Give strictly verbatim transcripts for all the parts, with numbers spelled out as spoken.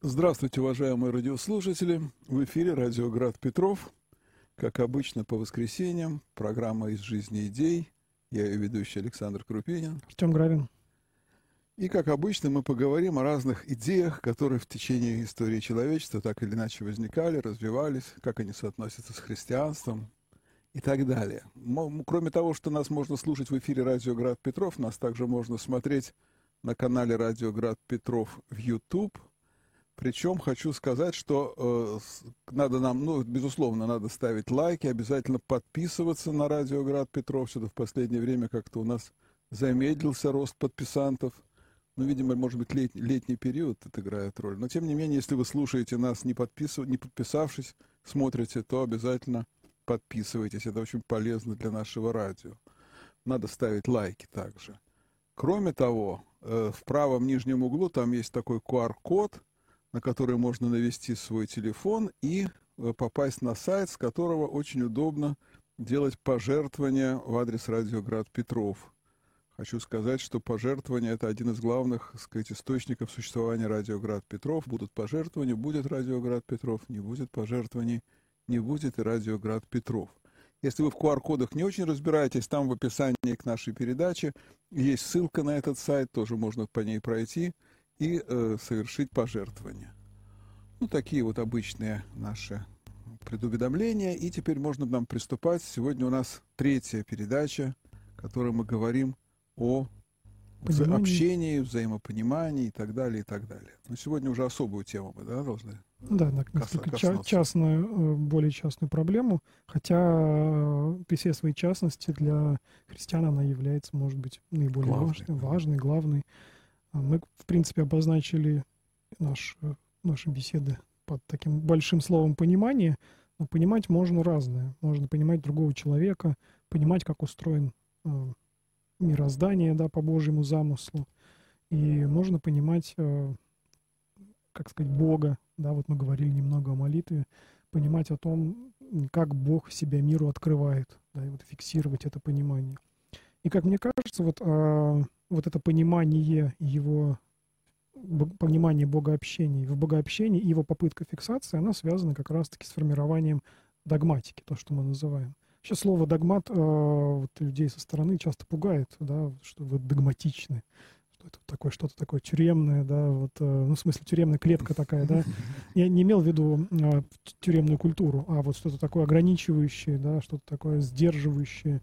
Здравствуйте, уважаемые радиослушатели. В эфире радио «Град Петров». Как обычно, по воскресеньям. Программа «Из жизни идей». Я ее ведущий Александр Крупинин. Артем Гравин. И, как обычно, мы поговорим о разных идеях, которые в течение истории человечества так или иначе возникали, развивались, как они соотносятся с христианством и так далее. Кроме того, что нас можно слушать в эфире радио «Град Петров», нас также можно смотреть на канале радио «Град Петров» в YouTube. Причем хочу сказать, что э, надо нам, ну, безусловно, надо ставить лайки, обязательно подписываться на радио «Град Петров». Что-то в последнее время как-то у нас замедлился рост подписантов. Ну, видимо, может быть, лет, летний период это играет роль. Но, тем не менее, если вы слушаете нас, не, подписыв... не подписавшись, смотрите, то обязательно подписывайтесь. Это очень полезно для нашего радио. Надо ставить лайки также. Кроме того, э, в правом нижнем углу там есть такой ку ар код, на который можно навести свой телефон и попасть на сайт, с которого очень удобно делать пожертвования в адрес радио «Град Петров». Хочу сказать, что пожертвования – это один из главных, так сказать, источников существования радио «Град Петров». Будут пожертвования – будет радио «Град Петров», не будет пожертвований – не будет и радио «Град Петров». Если вы в ку ар кодах не очень разбираетесь, там в описании к нашей передаче есть ссылка на этот сайт, тоже можно по ней пройти и э, совершить пожертвования. Ну, такие вот обычные наши предуведомления. И теперь можно нам приступать. Сегодня у нас третья передача, в которой мы говорим о вза- общении, взаимопонимании и так далее, и так далее. Но сегодня уже особую тему мы, да, должны Да, да, несколько ча- частную, более частную проблему. Хотя при всей своей частности для христиан она является, может быть, наиболее главной, важной, важной, главной. Мы, в принципе, обозначили наш, наши беседы под таким большим словом «понимание». Но понимать можно разное. Можно понимать другого человека, понимать, как устроен э, мироздание, да, по Божьему замыслу. И можно понимать, э, как сказать, Бога. Да, вот мы говорили немного о молитве. Понимать о том, как Бог себя миру открывает. Да, и вот фиксировать это понимание. И, как мне кажется, вот... Э, вот это понимание его, понимание богообщения, в богообщении и его попытка фиксации, она связана как раз-таки с формированием догматики, то, что мы называем. Сейчас слово «догмат» э, вот, людей со стороны часто пугает, да, что вы догматичны, что это такое, что-то такое тюремное, да, вот, э, ну, в смысле, тюремная клетка такая, да. Я не имел в виду э, тюремную культуру, а вот что-то такое ограничивающее, да, что-то такое сдерживающее,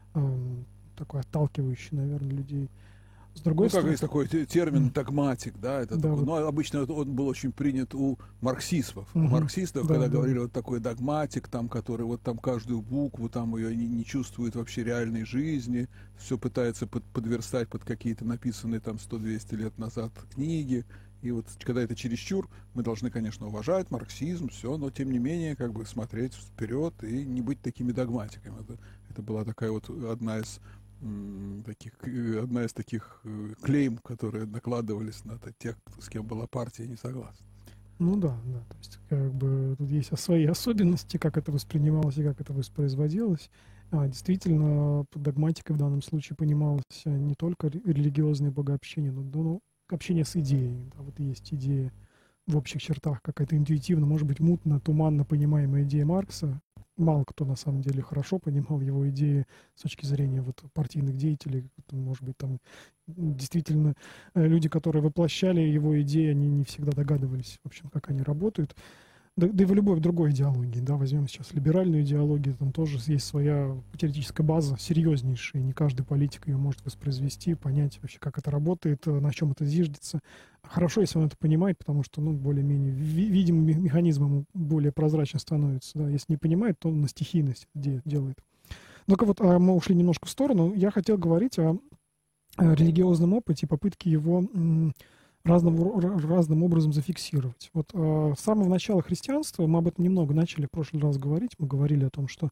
э, такое отталкивающее, наверное, людей. С другой ну, как стороны, есть такой термин «догматик», да, это да, такой, вот. ну, обычно он был очень принят у марксистов. Угу. У марксистов, Да, когда да. говорили вот такой догматик, там, который вот там каждую букву, там ее не, не чувствует вообще реальной жизни, все пытается под, подверстать под какие-то написанные там сто-двести лет назад книги. И вот когда это чересчур, мы должны, конечно, уважать марксизм, все, но тем не менее, как бы смотреть вперед и не быть такими догматиками. Это, это была такая вот одна из таких, одна из таких клейм, которые накладывались на тех, с кем была партия не согласна. Ну да, да. То есть, как бы тут есть свои особенности, как это воспринималось и как это воспроизводилось. А, действительно, под догматикой в данном случае понималось не только религиозное богообщение, но, но общение с идеей. Да, вот есть идея в общих чертах, какая-то интуитивно, может быть, мутно, туманно понимаемая идея Маркса. Мало кто, на самом деле, хорошо понимал его идеи с точки зрения вот, партийных деятелей. Может быть, там действительно люди, которые воплощали его идеи, они не всегда догадывались, в общем, как они работают. Да, да и в любой другой идеологии, да, возьмем сейчас либеральную идеологию, там тоже есть своя теоретическая база, серьезнейшая, не каждый политик ее может воспроизвести, понять вообще, как это работает, на чем это зиждется. Хорошо, если он это понимает, потому что, ну, более-менее видим механизм ему более прозрачно становится, да, если не понимает, то он на стихийность это делает. Ну-ка вот мы ушли немножко в сторону, я хотел говорить о религиозном опыте, попытке его Разным, разным образом зафиксировать. Вот э, с самого начала христианства, мы об этом немного начали в прошлый раз говорить, мы говорили о том, что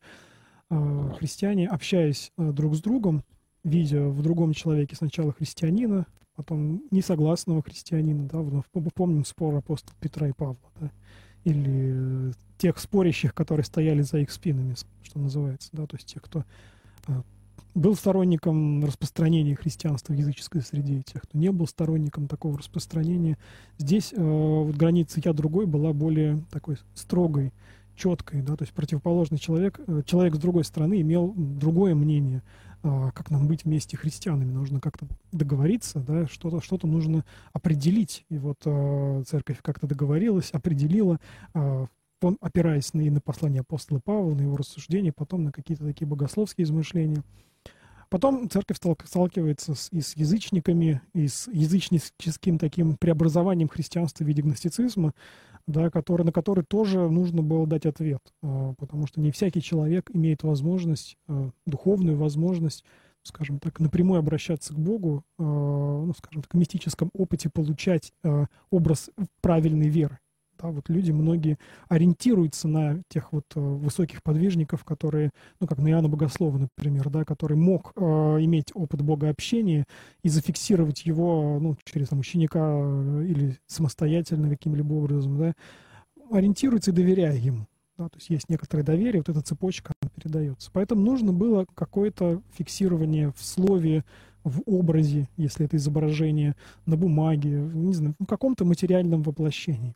э, христиане, общаясь э, друг с другом, видя в другом человеке сначала христианина, потом несогласного христианина, да, вот, помним спор апостола Петра и Павла, да, или э, тех спорящих, которые стояли за их спинами, что называется, да, то есть тех, кто э, был сторонником распространения христианства в языческой среде, и тех, кто не был сторонником такого распространения. Здесь э, вот граница «я другой» была более такой строгой, четкой, да, то есть противоположный человек, э, человек с другой стороны имел другое мнение, э, как нам быть вместе христианами. Нужно как-то договориться, да, что-то, что-то нужно определить. И вот э, церковь как-то договорилась, определила, э, он, опираясь на, и на послание апостола Павла, на его рассуждения, потом на какие-то такие богословские измышления. Потом церковь сталкивается с, и с язычниками, и с язычническим таким преобразованием христианства в виде гностицизма, да, который, на который тоже нужно было дать ответ, потому что не всякий человек имеет возможность, духовную возможность, скажем так, напрямую обращаться к Богу, ну, скажем так, в мистическом опыте получать образ правильной веры. Да, вот люди, многие ориентируются на тех вот э, высоких подвижников, которые, ну, как на Иоанна Богослова, например, да, который мог э, иметь опыт богообщения и зафиксировать его, ну, через там, ученика э, или самостоятельно каким-либо образом, да, ориентируется и доверяя ему. Да, то есть есть некоторое доверие, вот эта цепочка она передается. Поэтому нужно было какое-то фиксирование в слове, в образе, если это изображение, на бумаге, не знаю, в каком-то материальном воплощении.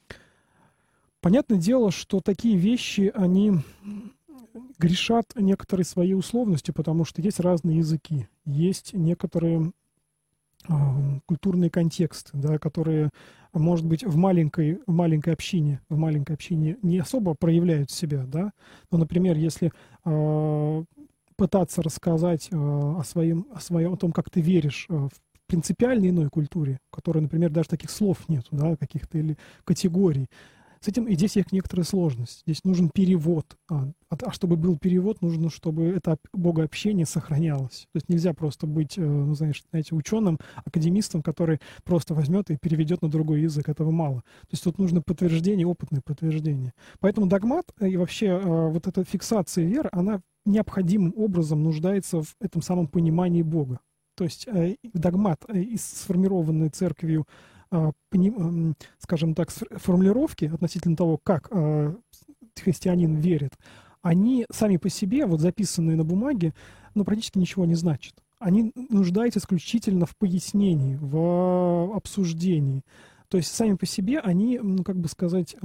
Понятное дело, что такие вещи, они грешат некоторой своей условностью, потому что есть разные языки, есть некоторые э, культурные контексты, да, которые, может быть, в маленькой, в маленькой общине, в маленькой общине не особо проявляют себя, да. Но, например, если э, пытаться рассказать э, о своем, о своем, о том, как ты веришь э, в принципиально иной культуре, в которой, например, даже таких слов нет, да, каких-то или категорий. С этим и здесь есть некоторая сложность. Здесь нужен перевод. А, а чтобы был перевод, нужно, чтобы это богообщение сохранялось. То есть нельзя просто быть, ну, знаешь, знаете, ученым, академистом, который просто возьмет и переведет на другой язык. Этого мало. То есть тут нужно подтверждение, опытное подтверждение. Поэтому догмат и вообще вот эта фиксация веры, она необходимым образом нуждается в этом самом понимании Бога. То есть догмат, сформированный церковью, скажем так, формулировки относительно того, как христианин верит, они сами по себе, вот записанные на бумаге, ну, практически ничего не значат. Они нуждаются исключительно в пояснении, в обсуждении. То есть сами по себе они, ну, как бы сказать,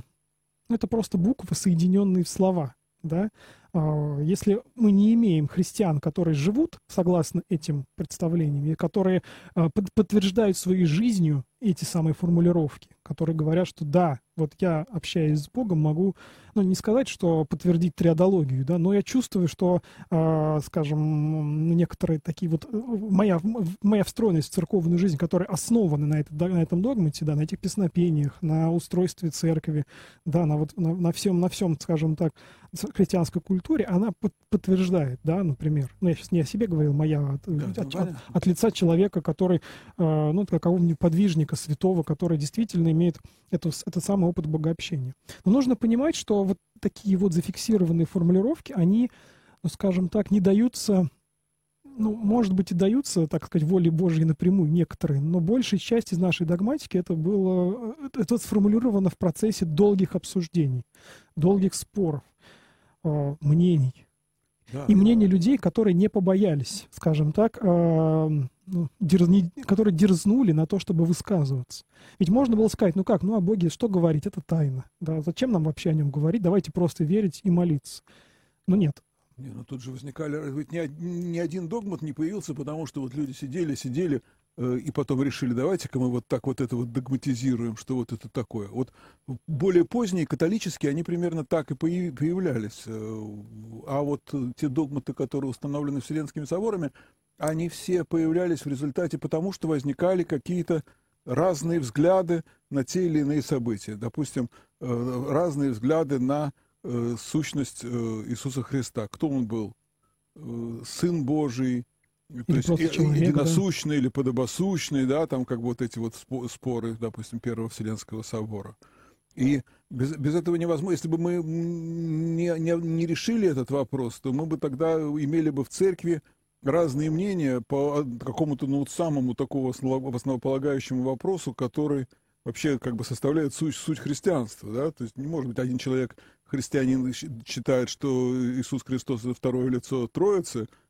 это просто буквы, соединенные в слова, да. Если мы не имеем христиан, которые живут согласно этим представлениям, и которые подтверждают своей жизнью эти самые формулировки, которые говорят, что да, вот я, общаясь с Богом, могу, ну, не сказать, что подтвердить триадологию, да, но я чувствую, что, э, скажем, некоторые такие вот, моя, моя встроенность в церковную жизнь, которая основана на, это, на этом догмате, да, на этих песнопениях, на устройстве церкви, да, на, вот, на, на, всем, на всем, скажем так, христианской культуре, она под, подтверждает, да, например, ну, я сейчас не о себе говорил, моя от, да, от, от, от лица человека, который, э, ну, какого-нибудь подвижника, святого, который действительно имеет эту, этот самый опыт богообщения. Но нужно понимать, что вот такие вот зафиксированные формулировки, они, ну, скажем так, не даются, ну, может быть, и даются, так сказать, воле Божьей напрямую некоторые, но большая часть из нашей догматики это было, это сформулировано в процессе долгих обсуждений, долгих споров, э, мнений. Да. И мнения людей, которые не побоялись, скажем так, э, ну, дерзни, которые дерзнули на то, чтобы высказываться. Ведь можно было сказать, ну как, ну о Боге что говорить, это тайна. Да? Зачем нам вообще о нем говорить, давайте просто верить и молиться. Но нет. Не, ну тут же возникали, ведь ни, ни один догмат не появился, потому что вот люди сидели, сидели, э, и потом решили, давайте-ка мы вот так вот это вот догматизируем, что вот это такое. Вот более поздние католические, они примерно так и появлялись. А вот те догматы, которые установлены Вселенскими соборами, они все появлялись в результате потому, что возникали какие-то разные взгляды на те или иные события. Допустим, э, разные взгляды на э, сущность э, Иисуса Христа. Кто он был? Э, Сын Божий, или то есть и, человек, единосущный, да? Или подобосущный, да, там как бы вот эти вот споры, допустим, Первого Вселенского собора. И без, без этого невозможно. Если бы мы не, не, не решили этот вопрос, то мы бы тогда имели бы в церкви разные мнения по какому-то, ну, вот самому такому основополагающему вопросу, который вообще как бы составляет суть, суть христианства, да, то есть не может быть один человек, христианин, считает, что Иисус Христос — это второе лицо Троицы,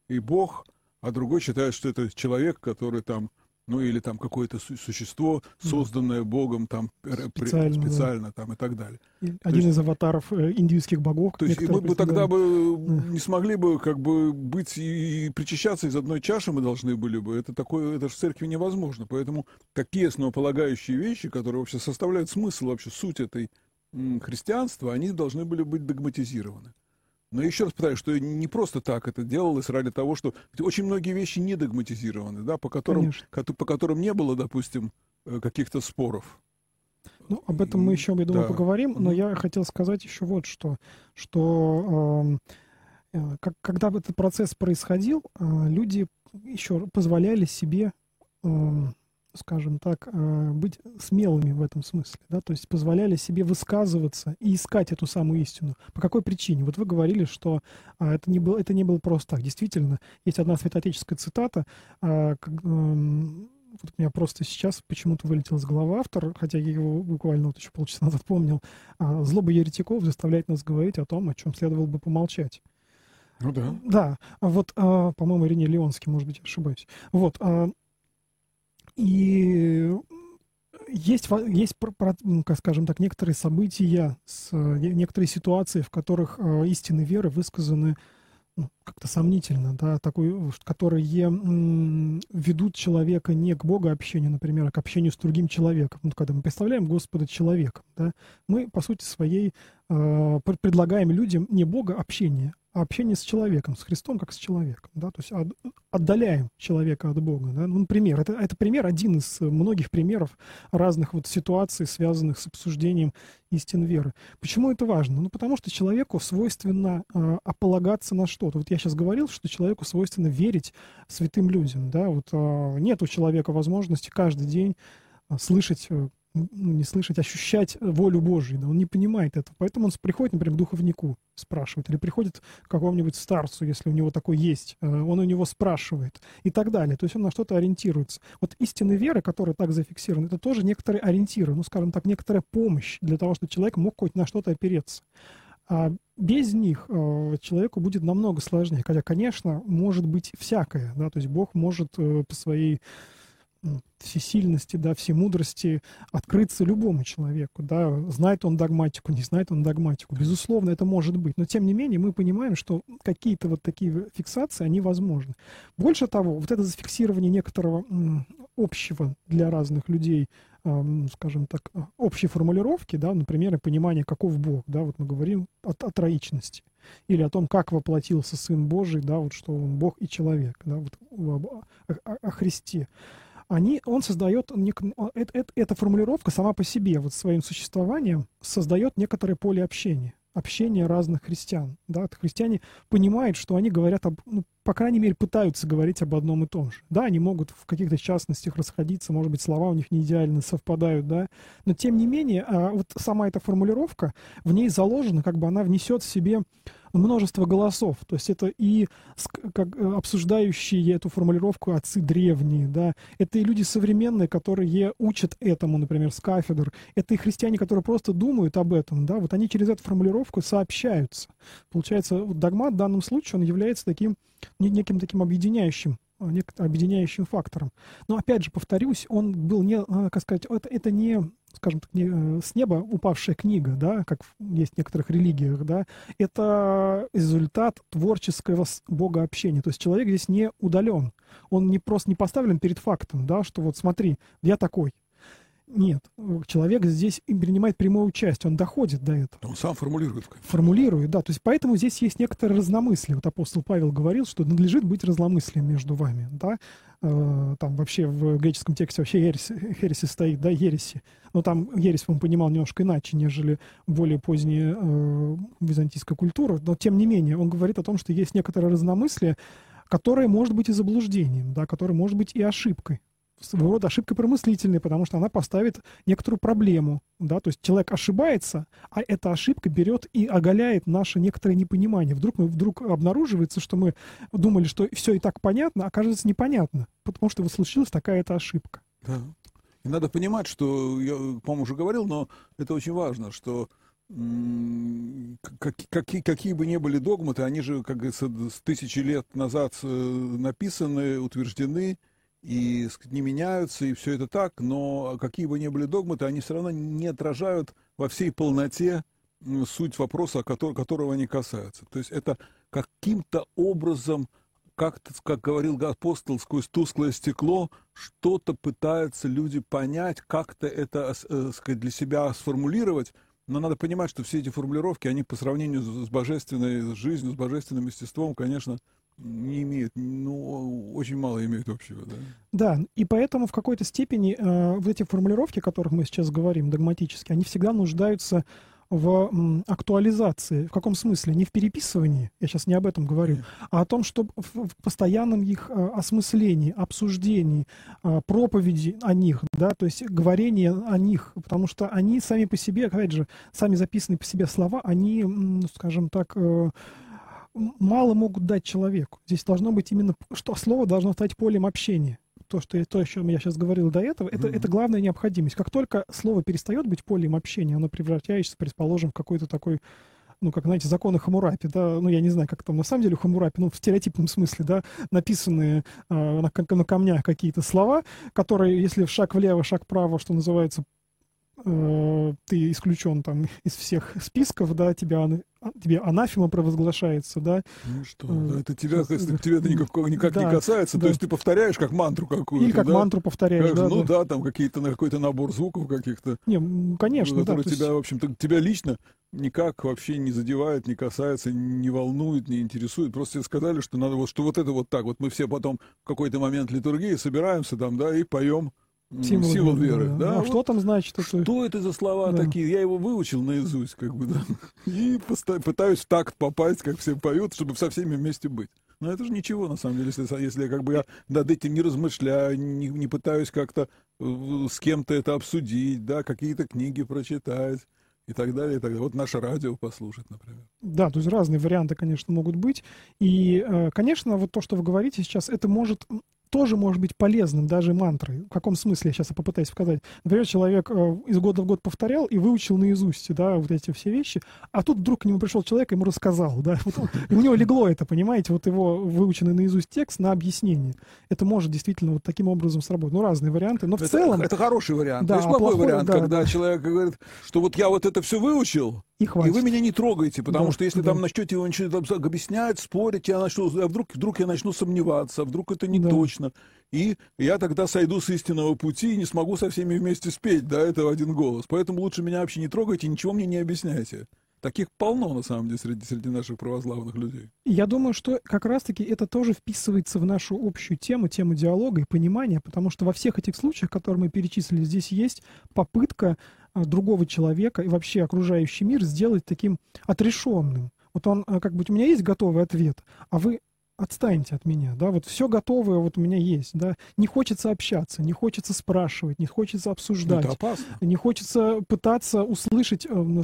и Бог, а другой считает, что это человек, который там, ну или там какое-то су- существо, созданное Богом там р- при- Специально, специально, да. там и так далее. И То один есть, из аватаров э, индийских богов. то есть и мы некоторые бы тогда предполагают. бы Да. не смогли бы как бы быть и, и причащаться из одной чаши мы должны были бы. Это такое, это же в церкви невозможно. Поэтому такие основополагающие вещи, которые вообще составляют смысл, вообще суть этой м, христианства, они должны были быть догматизированы. Но еще раз повторяю, что не просто так это делалось ради того, что очень многие вещи не догматизированы, да, по которым, Конечно. ко- по которым не было, допустим, э, каких-то споров. Ну, об этом мы еще, я думаю, Да. поговорим, но Мгм. я хотел сказать еще вот что, что эм, э, как, когда этот процесс происходил, э, люди еще позволяли себе, эм, скажем так, э, быть смелыми в этом смысле, да, то есть позволяли себе высказываться и искать эту самую истину. По какой причине? Вот вы говорили, что а, это не было, это не было просто так. Действительно, есть одна святоотеческая цитата, а, как, эм, вот у меня просто сейчас почему-то вылетел из головы автор, хотя я его буквально вот еще полчаса назад помнил. А, «Злоба еретиков заставляет нас говорить о том, о чем следовало бы помолчать». Ну да. Да, а вот, а, по-моему, Ирине Леонский, может быть, я ошибаюсь. Вот, а, и есть, во- есть, про- про- м, как скажем так, некоторые события, с, э, не- некоторые ситуации, в которых э, истины веры высказаны ну, как-то сомнительно, да, такой, э, которые м, ведут человека не к богообщению, например, а к общению с другим человеком. Ну, когда мы представляем Господа человеком, да, мы, по сути своей, э, пр- предлагаем людям не богообщение, а общение с человеком, с Христом как с человеком, да, то есть от- отдаляем человека от Бога, да. Ну, например, это, это пример, один из многих примеров разных вот ситуаций, связанных с обсуждением истин веры. Почему это важно? Ну, потому что человеку свойственно э, ополагаться на что-то. Вот я сейчас говорил, что человеку свойственно верить святым людям, да, вот э, нет у человека возможности каждый день э, слышать, э, ну, не слышать, ощущать волю Божью, да, он не понимает этого. Поэтому он с- приходит, например, к духовнику спрашивает, или приходит к какому-нибудь старцу, если у него такой есть, э, он у него спрашивает и так далее. То есть он на что-то ориентируется. Вот истины веры, которые так зафиксированы, это тоже некоторые ориентиры, ну, скажем так, некоторая помощь для того, чтобы человек мог хоть на что-то опереться. А без них э, человеку будет намного сложнее. Хотя, конечно, может быть всякое, да, то есть Бог может э, по своей м, всесильности, да, всемудрости открыться любому человеку, да, знает он догматику, не знает он догматику. Безусловно, это может быть. Но, тем не менее, мы понимаем, что какие-то вот такие фиксации, они возможны. Больше того, вот это зафиксирование некоторого м, общего для разных людей, ам, скажем так, а, общей формулировки, да, например, и понимание, каков Бог, да, вот мы говорим о, о троичности, или о том, как воплотился Сын Божий, да, вот что Он Бог и человек, да, вот о, о- о Христе. Они, он создает, нек- о, эт- эт- эта формулировка сама по себе, вот своим существованием, создает некоторое поле общения, общение разных христиан. Да? Вот христиане понимают, что они говорят, об, ну, по крайней мере, пытаются говорить об одном и том же. Да, они могут в каких-то частностях расходиться, может быть, слова у них не идеально совпадают, да, но тем не менее, а, вот сама эта формулировка, в ней заложена, как бы она внесет в себе множество голосов. То есть это и ск- как, э, обсуждающие эту формулировку отцы древние, да, это и люди современные, которые учат этому, например, с кафедр, это и христиане, которые просто думают об этом, да, вот они через эту формулировку сообщаются. Получается, вот догмат в данном случае, он является таким, не- неким таким объединяющим, а, нек- объединяющим фактором. Но опять же, повторюсь, он был не, а, как сказать, это, это не, скажем так, не э, с неба упавшая книга, да, как в- есть в некоторых религиях, да, это результат творческого с- богообщения. То есть человек здесь не удален, он не просто не поставлен перед фактом, да, что вот смотри, я такой. Нет, э, человек здесь и принимает прямое участие, он доходит до этого. Он сам формулирует. Формулирует, да. То есть поэтому здесь есть некоторое разномыслие. Вот апостол Павел говорил, что надлежит быть разномыслием между вами, да. Э, там вообще в греческом тексте вообще ересь, хереси стоит, да, ереси. Но там ересь он понимал немножко иначе, нежели более поздняя э, византийская культура. Но тем не менее, он говорит о том, что есть некоторое разномыслие, которое может быть и заблуждением, да, которое может быть и ошибкой. Своего рода ошибкой промыслительной, потому что она поставит некоторую проблему, да, то есть человек ошибается, а эта ошибка берет и оголяет наше некоторое непонимание. Вдруг мы вдруг обнаруживается, что мы думали, что все и так понятно, а оказывается непонятно, потому что вот случилась такая-то ошибка. Да. И надо понимать, что, я, по-моему, уже говорил, но это очень важно, что как, какие, какие бы ни были догматы, они же, как говорится, с тысячи лет назад написаны, утверждены, и не меняются, и все это так, но какие бы ни были догматы, они все равно не отражают во всей полноте суть вопроса, которого они касаются. То есть это каким-то образом, как, как говорил апостол, сквозь тусклое стекло, что-то пытаются люди понять, как-то это сказать, для себя сформулировать, но надо понимать, что все эти формулировки, они по сравнению с божественной жизнью, с божественным естеством, конечно, не имеют, ну, очень мало имеют общего. Да, да, и поэтому в какой-то степени э, вот эти формулировки, о которых мы сейчас говорим, догматические, они всегда нуждаются в м, актуализации. В каком смысле? Не в переписывании, я сейчас не об этом говорю, mm. а о том, что в, в постоянном их э, осмыслении, обсуждении, э, проповеди о них, да, то есть говорение о них, потому что они сами по себе, опять же, сами записанные по себе слова, они, ну, скажем так, э, мало могут дать человеку. Здесь должно быть именно, что слово должно стать полем общения. То, что я, то, о чем я сейчас говорил до этого, это, mm-hmm. это главная необходимость. Как только слово перестает быть полем общения, оно превращается, предположим, в какой-то такой, ну, как, знаете, законы Хаммурапи, да, ну, я не знаю, как там на самом деле Хаммурапи, ну, в стереотипном смысле, да, написанные э, на, на камнях какие-то слова, которые, если шаг влево, шаг вправо, что называется, э, ты исключен там из всех списков, да, тебя, тебе анафема провозглашается, да. Ну что, да, это тебя, если тебе это никак, никак да, не касается, да. То есть ты повторяешь как мантру какую-то, или как да? мантру повторяешь, да, ну да, да, там какие-то, какой-то набор звуков каких-то. Не, конечно, которые да. тебя, есть... в общем-то, тебя лично никак вообще не задевает, не касается, не волнует, не интересует. Просто тебе сказали, что надо вот, что вот это вот так. Вот мы все потом в какой-то момент лиturгии собираемся там, да, и поем Символ, Символ веры. Да, да. А вот что там значит? Это... Что это за слова да. такие? Я его выучил наизусть, как бы, да. И пытаюсь в такт попасть, как все поют, чтобы со всеми вместе быть. Но это же ничего, на самом деле, если, если как бы я над этим не размышляю, не, не пытаюсь как-то с кем-то это обсудить, да, какие-то книги прочитать. И так далее, и так далее. Вот наше радио послушать, например. Да, то есть разные варианты, конечно, могут быть. И, конечно, вот то, что вы говорите сейчас, это может тоже может быть полезным, даже мантрой. В каком смысле, я сейчас попытаюсь сказать. Например, человек из года в год повторял и выучил наизусть, да, вот эти все вещи, а тут вдруг к нему пришел человек и ему рассказал, да, вот, и у него легло это, понимаете, вот его выученный наизусть текст на объяснение. Это может действительно вот таким образом сработать. Ну, разные варианты, но в это, целом... Это хороший вариант. Да, есть плохой, плохой вариант, да, когда да. человек говорит, что вот я вот это все выучил, и, и вы меня не трогаете, потому да, что если да. там начнете его объяснять, спорить, я начну, а вдруг, вдруг я начну сомневаться, а вдруг это не да. точно. И я тогда сойду с истинного пути и не смогу со всеми вместе спеть, да, это в один голос. Поэтому лучше меня вообще не трогайте, ничего мне не объясняйте. Таких полно, на самом деле, среди, среди наших православных людей. Я думаю, что как раз-таки это тоже вписывается в нашу общую тему, тему диалога и понимания, потому что во всех этих случаях, которые мы перечислили, здесь есть попытка другого человека и вообще окружающий мир сделать таким отрешенным. Вот он, как бы, у меня есть готовый ответ, а вы отстаньте от меня, да, вот все готовое вот у меня есть, да, не хочется общаться, не хочется спрашивать, не хочется обсуждать, это опасно. Не хочется пытаться услышать,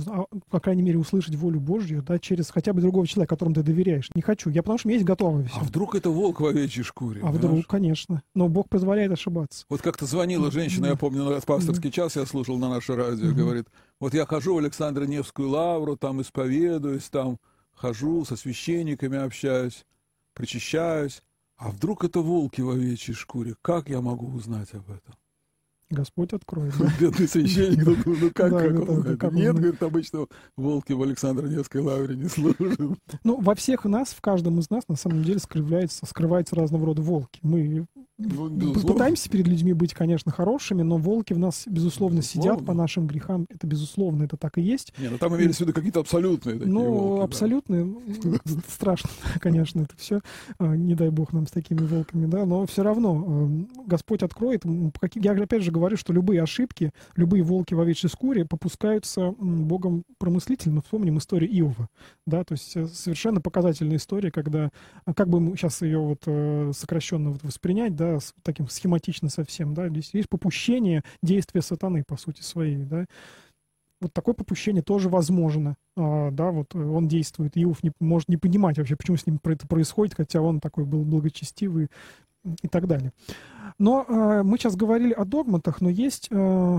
по крайней мере, услышать волю Божью, да, через хотя бы другого человека, которому ты доверяешь. Не хочу, я потому что у меня есть готовое все. А вдруг это волк в овечьей шкуре? А вдруг, понимаешь? Конечно, но Бог позволяет ошибаться. Вот как-то звонила женщина, я помню, на пасторский час я слушал на наше радио, говорит, вот я хожу в Александро-Невскую лавру, там исповедуюсь, там хожу, со священниками общаюсь, причащаюсь, а вдруг это волки в овечьей шкуре? Как я могу узнать об этом? Господь откроет. Бедный священник, ну как, как нет, говорит, обычно волки в Александро-Невской лавре не служат. Ну, во всех нас, в каждом из нас, на самом деле, скрываются, скрываются разного рода волки. Мы пытаемся перед людьми быть, конечно, хорошими, но волки в нас, безусловно, сидят по нашим грехам. Это, безусловно, это так и есть. Не, ну там имелись в виду какие-то абсолютные такие Ну, волки, абсолютные, страшно, конечно, это все. Не дай Бог нам с такими волками, да, но все равно Господь откроет. Я, опять же, говорю, что любые ошибки, любые волки в овечьей шкуре попускаются Богом промыслительно. Вспомним историю Иова, да, то есть совершенно показательная история, когда, как бы мы сейчас ее вот сокращенно воспринять, да, таким схематично совсем, да, здесь есть попущение действия сатаны, по сути своей, да. Вот такое попущение тоже возможно, а, да, вот он действует, Иов не, может не понимать вообще, почему с ним это происходит, хотя он такой был благочестивый и так далее. Но э, мы сейчас говорили о догматах, но есть э,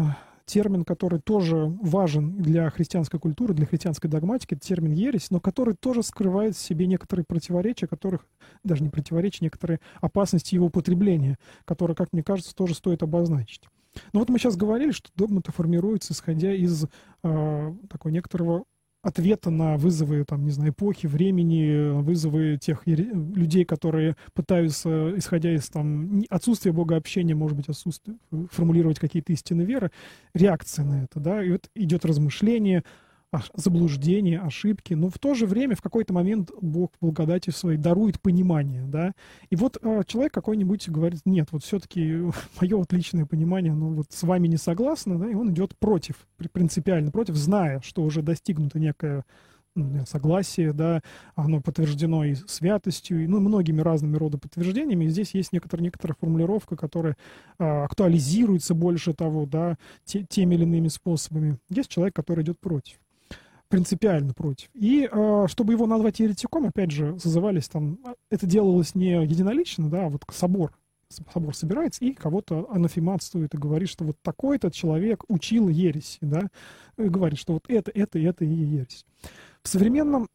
термин, который тоже важен для христианской культуры, для христианской догматики, это термин ересь, но который тоже скрывает в себе некоторые противоречия, которых, даже не противоречия, некоторые опасности его употребления, которые, как мне кажется, тоже стоит обозначить. Но вот мы сейчас говорили, что догматы формируются, исходя из э, такого некоторого ответа на вызовы, там, не знаю, эпохи, времени, вызовы тех людей, которые пытаются, исходя из там, отсутствия богообщения, может быть, отсутствия, формулировать какие-то истины веры, реакция на это, да, и вот идет размышление, заблуждения, ошибки, но в то же время в какой-то момент Бог в благодати своей дарует понимание, да, и вот э, человек какой-нибудь говорит, нет, вот все-таки мое вот личное понимание, оно вот с вами не согласно, да, и он идет против, принципиально против, зная, что уже достигнуто некое согласие, да, оно подтверждено и святостью, и, ну, многими разными рода подтверждениями, и здесь есть некоторая, некоторая формулировка, которая а, актуализируется больше того, да, те, теми или иными способами. Есть человек, который идет против. Принципиально против. И э, чтобы его назвать еретиком, опять же, созывались там, это делалось не единолично, да, а вот собор, собор собирается и кого-то анафематствует и говорит, что вот такой-то человек учил ереси, да, и говорит, что вот это, это, это и ересь. В современном,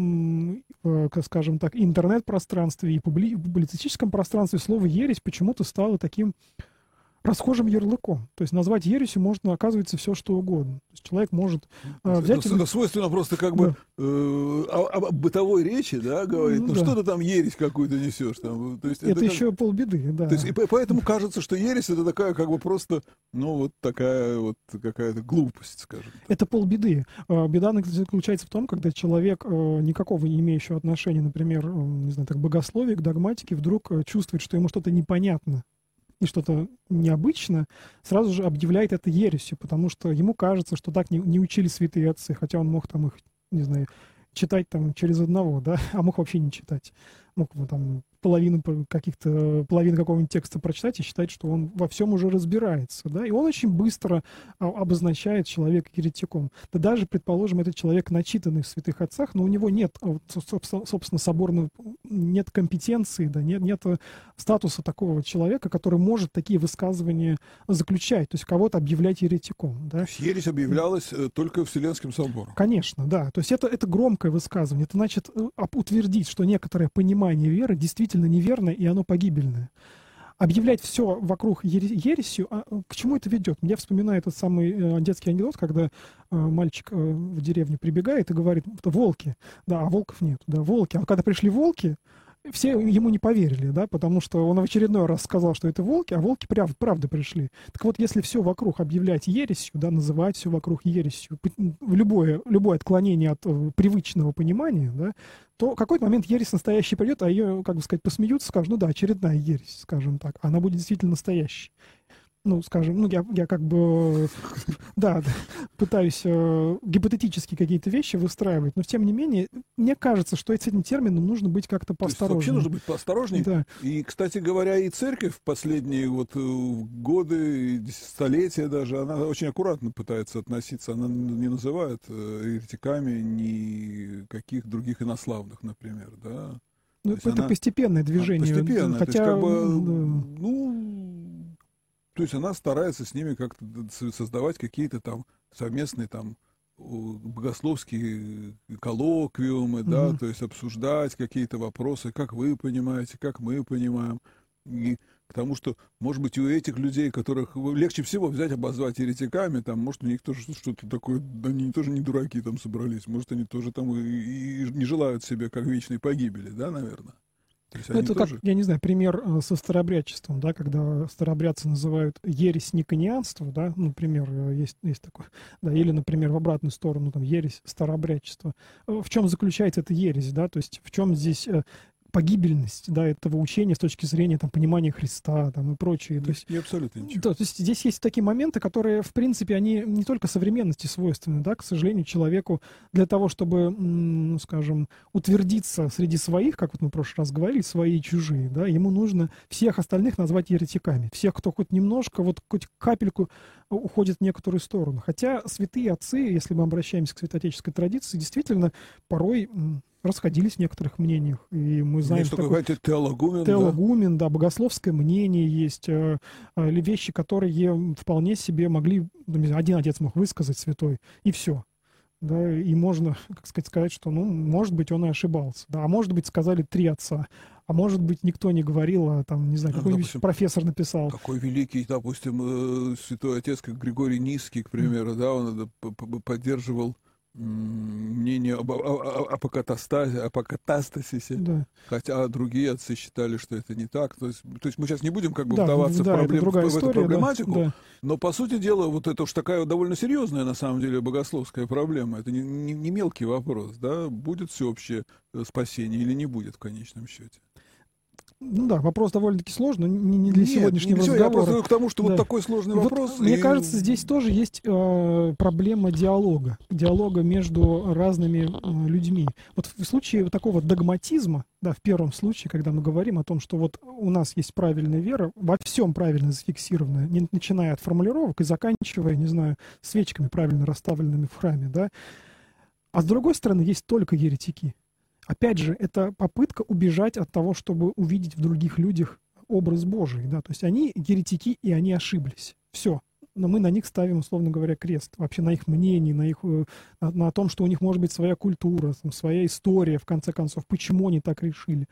э, скажем так, интернет-пространстве и публи- публицистическом пространстве слово ересь почему-то стало таким расхожим ярлыком. То есть назвать ересью можно, оказывается, все, что угодно. То есть человек может э, взять... Это, это свойственно просто как бы да. э, о, о бытовой речи, да, говорить, ну, ну да. Что ты там ересь какую-то несешь. Там, то есть это, это как... еще полбеды, да. То есть, и поэтому кажется, что ересь это такая как бы просто, ну, вот такая вот какая-то глупость, скажем так. Это полбеды. Беда заключается в том, когда человек, никакого не имеющего отношения, например, не знаю, так, к богословию, к догматике, вдруг чувствует, что ему что-то непонятно и что-то необычно, сразу же объявляет это ересью, потому что ему кажется, что так не, не учили святые отцы, хотя он мог там их, не знаю, читать там через одного, да, а мог вообще не читать. Мог там половину каких-то, половину какого-нибудь текста прочитать и считать, что он во всем уже разбирается, да, и он очень быстро обозначает человека еретиком. Да даже, предположим, этот человек начитанный в святых отцах, но у него нет, собственно, соборного, нет компетенции, да, нет, нет статуса такого человека, который может такие высказывания заключать, то есть кого-то объявлять еретиком, да. Ересь объявлялась только Вселенским собором. Конечно, да, то есть это, это громкое высказывание, это значит утвердить, что некоторое понимание веры действительно неверно, и оно погибельное. Объявлять все вокруг ересью, а к чему это ведет? Я вспоминаю этот самый э, детский анекдот, когда э, мальчик э, в деревню прибегает и говорит, волки, да, а волков нет, да, волки. А когда пришли волки, все ему не поверили, да, потому что он в очередной раз сказал, что это волки, а волки прав, правда пришли. Так вот, если все вокруг объявлять ересью, да, называть все вокруг ересью, любое, любое отклонение от э, привычного понимания, да, то в какой-то момент ересь настоящий придет, а ее, как бы сказать, посмеются, скажут, ну да, очередная ересь, скажем так, она будет действительно настоящей. Ну, скажем, ну, я, я как бы, да, пытаюсь э, гипотетически какие-то вещи выстраивать, но, тем не менее, мне кажется, что с этим термином нужно быть как-то поосторожнее. Вообще нужно быть поосторожнее. Да. И, кстати говоря, и церковь в последние вот годы, столетия даже, она очень аккуратно пытается относиться, она не называет еретиками никаких других инославных, ну, да. Ну, это она... постепенное движение. Постепенно, хотя, то есть, как бы, да. ну... То есть она старается с ними как-то создавать какие-то там совместные там богословские коллоквиумы, mm-hmm. да, то есть обсуждать какие-то вопросы, как вы понимаете, как мы понимаем. И к тому, что, может быть, у этих людей, которых легче всего взять, обозвать еретиками, там, может, у них тоже что-то такое, они тоже не дураки там собрались, может, они тоже там и, и не желают себе как вечной погибели, да, наверное. Ну, это тоже... как, я не знаю, пример со старообрядчеством, да, когда старообрядцы называют ересь никонианство, да, например, есть, есть такое, да, или, например, в обратную сторону, там, ересь старообрядчества. В чем заключается эта ересь, да, то есть в чем здесь погибельность, да, этого учения с точки зрения там, понимания Христа там, и прочее. То есть, и абсолютно ничего. Да, то есть здесь есть такие моменты, которые, в принципе, они не только современности свойственны, да, к сожалению, человеку для того, чтобы, ну, скажем, утвердиться среди своих, как вот мы в прошлый раз говорили, свои и чужие, да, ему нужно всех остальных назвать еретиками, всех, кто хоть немножко, вот хоть капельку уходит в некоторую сторону. Хотя святые отцы, если мы обращаемся к святоотеческой традиции, действительно порой расходились в некоторых мнениях. И мы знаем, есть такой, такой теологумен, теологумен, да? да, богословское мнение есть, э, э, вещи, которые вполне себе могли, один отец мог высказать святой, и все. Да, и можно, как сказать, сказать, что, ну, может быть, он и ошибался. Да, а может быть, сказали три отца. А может быть, никто не говорил, а там, не знаю, какой-нибудь допустим, профессор написал. Такой великий, допустим, святой отец, как Григорий Низкий, к примеру, mm. да, он поддерживал мнение об апокатастазе, апокатастасисе, да. Хотя другие отцы считали, что это не так. То есть, то есть мы сейчас не будем как бы да, вдаваться да, в, проблем, в, в эту проблематику, да. Но по сути дела вот это уж такая довольно серьезная на самом деле богословская проблема. Это не, не, не мелкий вопрос, да, будет всеобщее спасение или не будет в конечном счете. Ну да, вопрос довольно-таки сложный, не, не для Нет, сегодняшнего не все, разговора. Я просто к тому, что да. вот такой сложный вот, вопрос. Мне и... кажется, здесь тоже есть э, проблема диалога, диалога между разными э, людьми. Вот в случае такого догматизма, да, в первом случае, когда мы говорим о том, что вот у нас есть правильная вера, во всем правильно зафиксированная, не, начиная от формулировок и заканчивая, не знаю, свечками правильно расставленными в храме, да. А с другой стороны, есть только еретики. Опять же, это попытка убежать от того, чтобы увидеть в других людях образ Божий. Да? То есть они еретики, и они ошиблись. Все. Но мы на них ставим, условно говоря, крест. Вообще на их мнении, на, их, на, на том, что у них может быть своя культура, там, своя история, в конце концов, почему они так решили.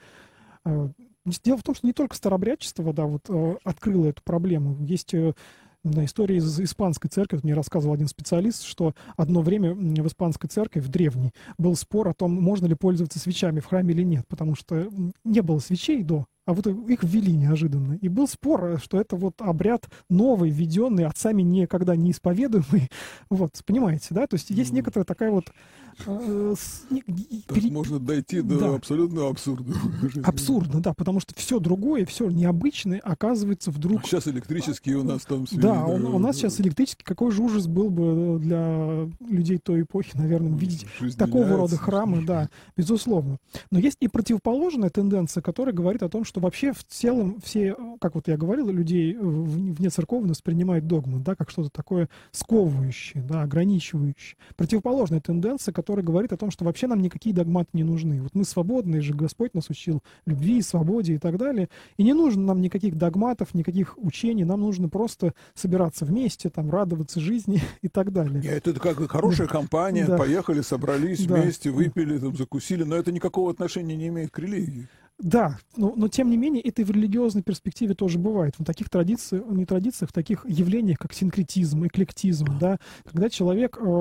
Дело в том, что не только старообрядчество, да, вот, открыло эту проблему. Есть... На истории из испанской церкви, мне рассказывал один специалист, что одно время в испанской церкви, в древней, был спор о том, можно ли пользоваться свечами в храме или нет, потому что не было свечей до, а вот их ввели неожиданно. И был спор, что это вот обряд новый, введенный, отцами никогда не исповедуемый. Вот, понимаете, да? То есть есть некоторая такая вот... Э, с, не, так пере... можно дойти до да. абсолютного абсурда. Абсурдно, да, потому что все другое, все необычное оказывается вдруг... А сейчас электрические у нас там... Свели, да, да, у, у нас сейчас электрический. Какой же ужас был бы для людей той эпохи, наверное, видеть такого рода храмы, да, безусловно. Но есть и противоположная тенденция, которая говорит о том, что вообще в целом все, как вот я говорил, людей вне церковно воспринимают догмы, да, как что-то такое сковывающее, да, ограничивающее. Противоположная тенденция, которая говорит о том, что вообще нам никакие догматы не нужны. Вот мы свободны, же Господь нас учил любви, свободе и так далее. И не нужно нам никаких догматов, никаких учений, нам нужно просто собираться вместе, там, радоваться жизни и так далее. Это, это как хорошая да. компания, да. поехали, собрались да. вместе, выпили, там, закусили, но это никакого отношения не имеет к религии. Да, но, но тем не менее это и в религиозной перспективе тоже бывает. В таких традициях, не традициях, в таких явлениях, как синкретизм, эклектизм, да, когда человек, э,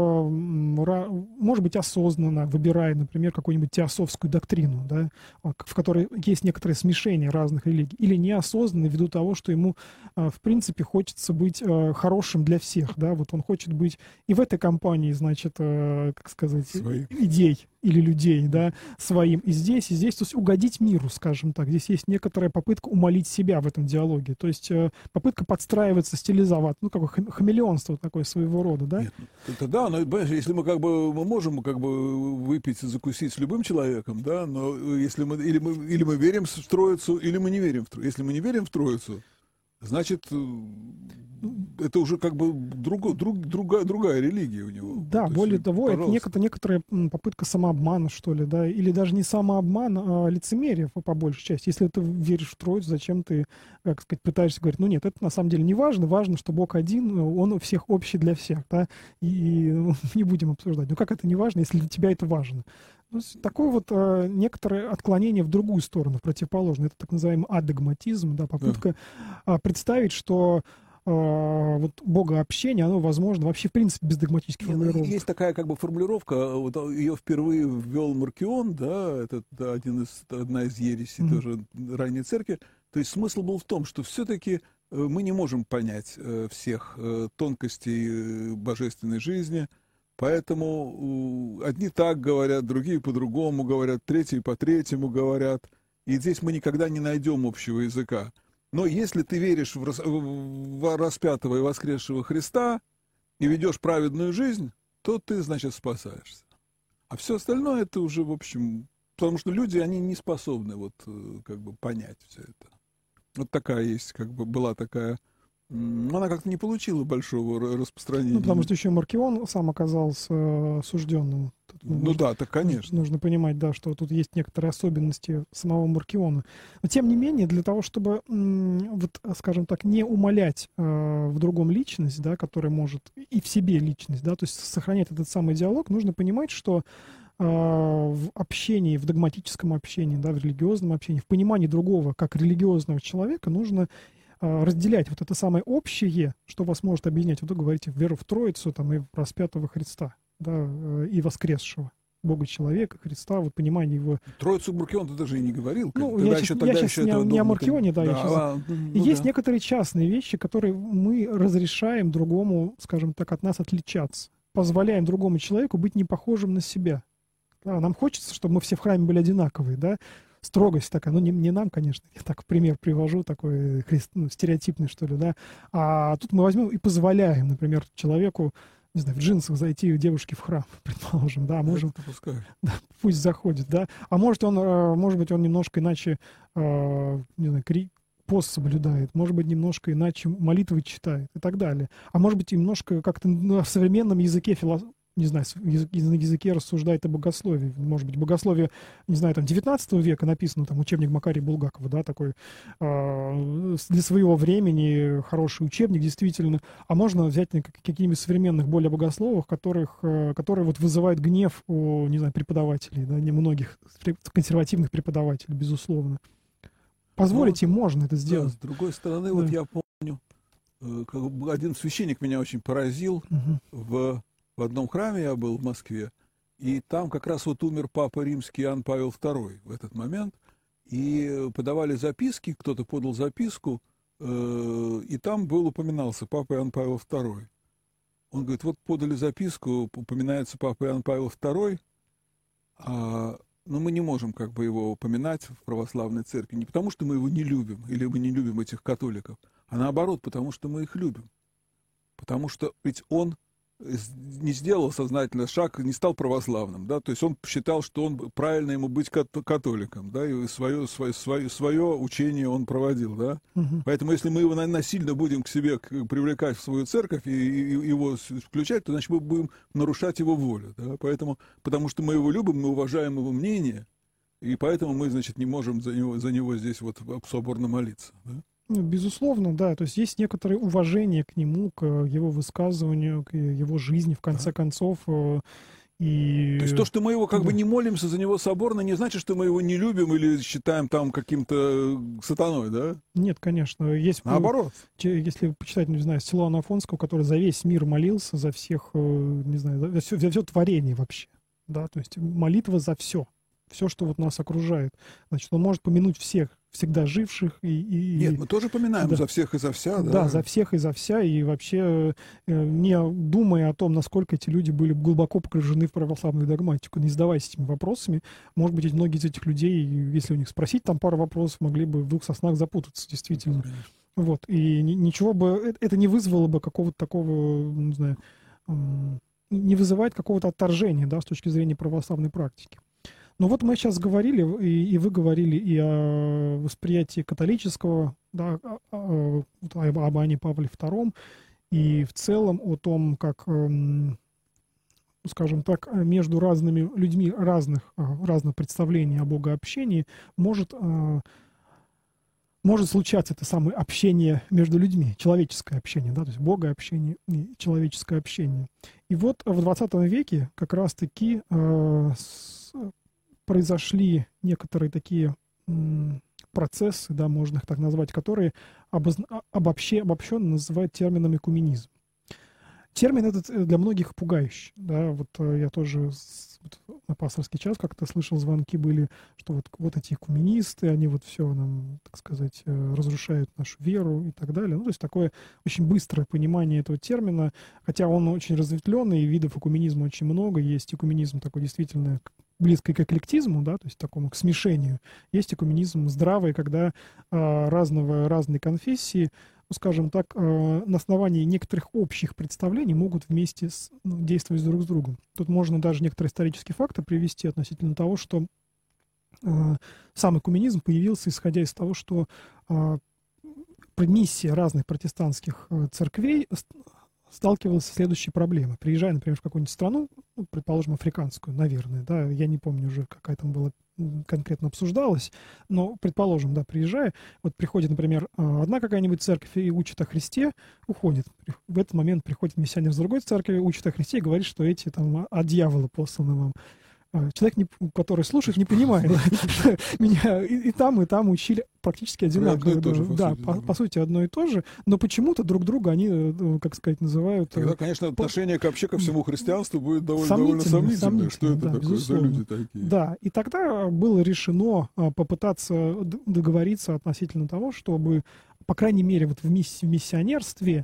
может быть, осознанно выбирает, например, какую-нибудь теософскую доктрину, да, в которой есть некоторое смешение разных религий, или неосознанно ввиду того, что ему, э, в принципе, хочется быть э, хорошим для всех, да, вот он хочет быть и в этой компании, значит, э, как сказать, Свои. идей или людей, да, своим, и здесь, и здесь, то есть угодить миру, скажем так. Здесь есть некоторая попытка умолить себя в этом диалоге. То есть э, попытка подстраиваться, стилизовать. Ну, как бы хамелеонство такое своего рода, да? Нет, это да, но, понимаешь, если мы как бы, мы можем как бы выпить и закусить с любым человеком, да, но если мы, или мы, или мы верим в Троицу, или мы не верим в Троицу. Если мы не верим в Троицу, значит, это уже как бы друг, друг, другая, другая религия у него. Да, то более есть, того, пожалуйста. это некоторая, некоторая попытка самообмана, что ли, да, или даже не самообман, а лицемерие по, по большей части. Если ты веришь в Троицу, зачем ты, как сказать, пытаешься говорить, ну нет, это на самом деле не важно, важно, что Бог один, Он у всех общий для всех, да, и, и ну, не будем обсуждать. Ну как это не важно, если для тебя это важно? Ну, такое вот э, некоторое отклонение в другую сторону, в противоположную. Это так называемый адогматизм, да, попытка э, представить, что э, вот богообщение, оно возможно вообще в принципе без догматических формулировок. Есть такая как бы формулировка, вот ее впервые ввел Маркион, да, это да, один из, одна из ересей mm-hmm. тоже ранней церкви. То есть смысл был в том, что все-таки мы не можем понять э, всех э, тонкостей э, божественной жизни. Поэтому одни так говорят, другие по-другому говорят, третьи по-третьему говорят. И здесь мы никогда не найдем общего языка. Но если ты веришь в, рас... в распятого и воскресшего Христа и ведешь праведную жизнь, то ты, значит, спасаешься. А все остальное это уже, в общем... Потому что люди, они не способны вот как бы понять все это. Вот такая есть, как бы была такая М, Она как-то не получила большого ра- Ну, распространения. потому что еще Маркион сам оказался э, осужденным. Тут ну, Ну нужно, да, так нужно, конечно. нужно понимать, да, что тут есть некоторые особенности самого Маркиона. Но тем не менее, для того, чтобы, м, вот, э, скажем так, не умалять э, в другом личность, да, которая может и в себе личность, да, то есть сохранять этот самый диалог, нужно понимать, что э, в общении, в догматическом общении, да, в религиозном общении, в понимании другого как религиозного человека нужно а, разделять вот это самое общее, что вас может объединять. Вот вы говорите веру в Троицу там, и в распятого Христа, да, э, и воскресшего. Бога человека, Христа, вот понимание его. Троицу Маркион ты даже и не говорил. как- Ну, я Тогда сейчас, еще, я тогда сейчас еще не, о- этого не о догмата не- Маркионе, да, я Да, сейчас... а, И ну есть да. некоторые частные вещи, которые мы разрешаем другому, скажем так, от нас отличаться. Позволяем другому человеку быть не похожим на себя. Да, нам хочется, чтобы мы все в храме были одинаковые, да, строгость такая, ну не, не нам, конечно, я так пример привожу, такой христ, ну, стереотипный, что ли, да, а тут мы возьмем и позволяем, например, человеку, не знаю, в джинсах зайти у девушки в храм, предположим, да, можем, Это пускай. да, пусть заходит, да, а может он, э, может быть, он немножко иначе, э, не знаю, кри- пост соблюдает, может быть, немножко иначе молитвы читает и так далее, а может быть, немножко как-то на современном языке философии, не знаю, с- язык- на языке рассуждает о богословии. Может быть, богословие, не знаю, там, девятнадцатого века написано, там, учебник Макария Булгакова, да, такой, э, с- для своего времени хороший учебник, действительно. А можно взять на как- каких-нибудь современных более богословов, которых, э, которые вот вызывают гнев у, не знаю, преподавателей, да, немногих пре- консервативных преподавателей, безусловно. Ну, Позволить им можно это да, сделать. с другой стороны, вот Да. я помню, э, как бы один священник меня очень поразил. Мгм. В, в одном храме я был в Москве, и там как раз вот умер папа римский Иоанн Павел второй в этот момент, и подавали записки, кто-то подал записку, э, и там был, упоминался папа Иоанн Павел второй. Он говорит, вот подали записку, упоминается папа Иоанн Павел второй, а, но мы не можем как бы его упоминать в православной церкви, не потому что мы его не любим, или мы не любим этих католиков, а наоборот, потому что мы их любим. Потому что ведь он с- не сделал сознательно шаг, не стал православным, да, то есть он считал, что он правильно ему быть кат- католиком, да, и свое, свое, свое, свое учение он проводил, да. Мгм. Поэтому если мы его на- насильно будем к себе к- привлекать в свою церковь и, и- и его с- включать, то значит мы будем нарушать его волю, да. Поэтому, потому что мы его любим, мы уважаем его мнение, и поэтому мы, значит, не можем за него, за него здесь вот соборно молиться, да. Ну, безусловно, да. То есть есть некоторое уважение к нему, к его высказыванию, к его жизни, в конце Да. концов. э, То есть И то, что мы его как да. бы не молимся за него соборно, не значит, что мы его не любим или считаем там каким-то э, сатаной, да? Нет, конечно. Есть, э, Наоборот. че- если почитать, не знаю, Силуана Афонского, который за весь мир молился, за всех, э, не знаю, за все, за все творение вообще. Да, то есть молитва за все. Все, что вот нас окружает. Значит, он может помянуть всех, всегда живших и, и, Нет, мы тоже поминаем да. за всех и за вся, да. Да, за всех и за вся, и вообще э, не думая о том, насколько эти люди были глубоко погружены в православную догматику, не задаваясь этими вопросами, может быть, многие из этих людей, если у них спросить там пару вопросов, могли бы в двух соснах запутаться, действительно. Вот, и ни- ничего бы, э- это не вызвало бы какого-то такого, не знаю, м, не вызывает какого-то отторжения, да, с точки зрения православной практики. Но вот мы сейчас говорили, и, и вы говорили и о восприятии католического, да, о- о- вот об, об Иоанне Павле втором, и в целом о том, как, эм, скажем так, между разными людьми разных, э, разных представлений о богообщении может, э, может случаться это самое общение между людьми, человеческое общение, да, то есть богообщение и человеческое общение. И вот в двадцатом веке как раз-таки э, с- произошли некоторые такие м, процессы, да, можно их так назвать, которые обозна- а- обобще, обобщенно называют термином экуменизм. Термин этот э, для многих пугающий, да, вот э, я тоже с- вот на пасторский час как-то слышал, звонки были, что вот, вот эти экуменисты, они вот все нам, так сказать, э, разрушают нашу веру и так далее. Ну, то есть такое очень быстрое понимание этого термина, хотя он очень разветвленный, и видов экуменизма очень много, есть экуменизм такой действительно к- близкий к эклектизму, да, то есть такому к смешению. Есть экуменизм здравый, когда э, разного, разные конфессии, ну, скажем так, э, на основании некоторых общих представлений могут вместе с, ну, действовать друг с другом. Тут можно даже некоторые исторические факты привести относительно того, что э, сам экуменизм появился, исходя из того, что э, миссия разных протестантских церквей сталкивалась с следующей проблемой. Приезжая, например, в какую-нибудь страну, ну, предположим, африканскую, наверное, да, я не помню уже, какая там была конкретно обсуждалась, но, предположим, да, приезжая, вот приходит, например, одна какая-нибудь церковь и учит о Христе, уходит. В этот момент приходит миссионер с другой церкви, учит о Христе и говорит, что эти там от дьявола посланы вам. Человек, не, который слушает, не понимает. Меня и, и там, и там учили практически одинаково. Да, по, по сути, одно и то же, но почему-то друг друга они, как сказать, называют... Тогда, конечно, отношение по... вообще ко всему христианству будет довольно сомнительное. Довольно сомнительное. Что это да, такое безусловно. За люди такие? Да, и тогда было решено попытаться договориться относительно того, чтобы, по крайней мере, вот в, мисс... в миссионерстве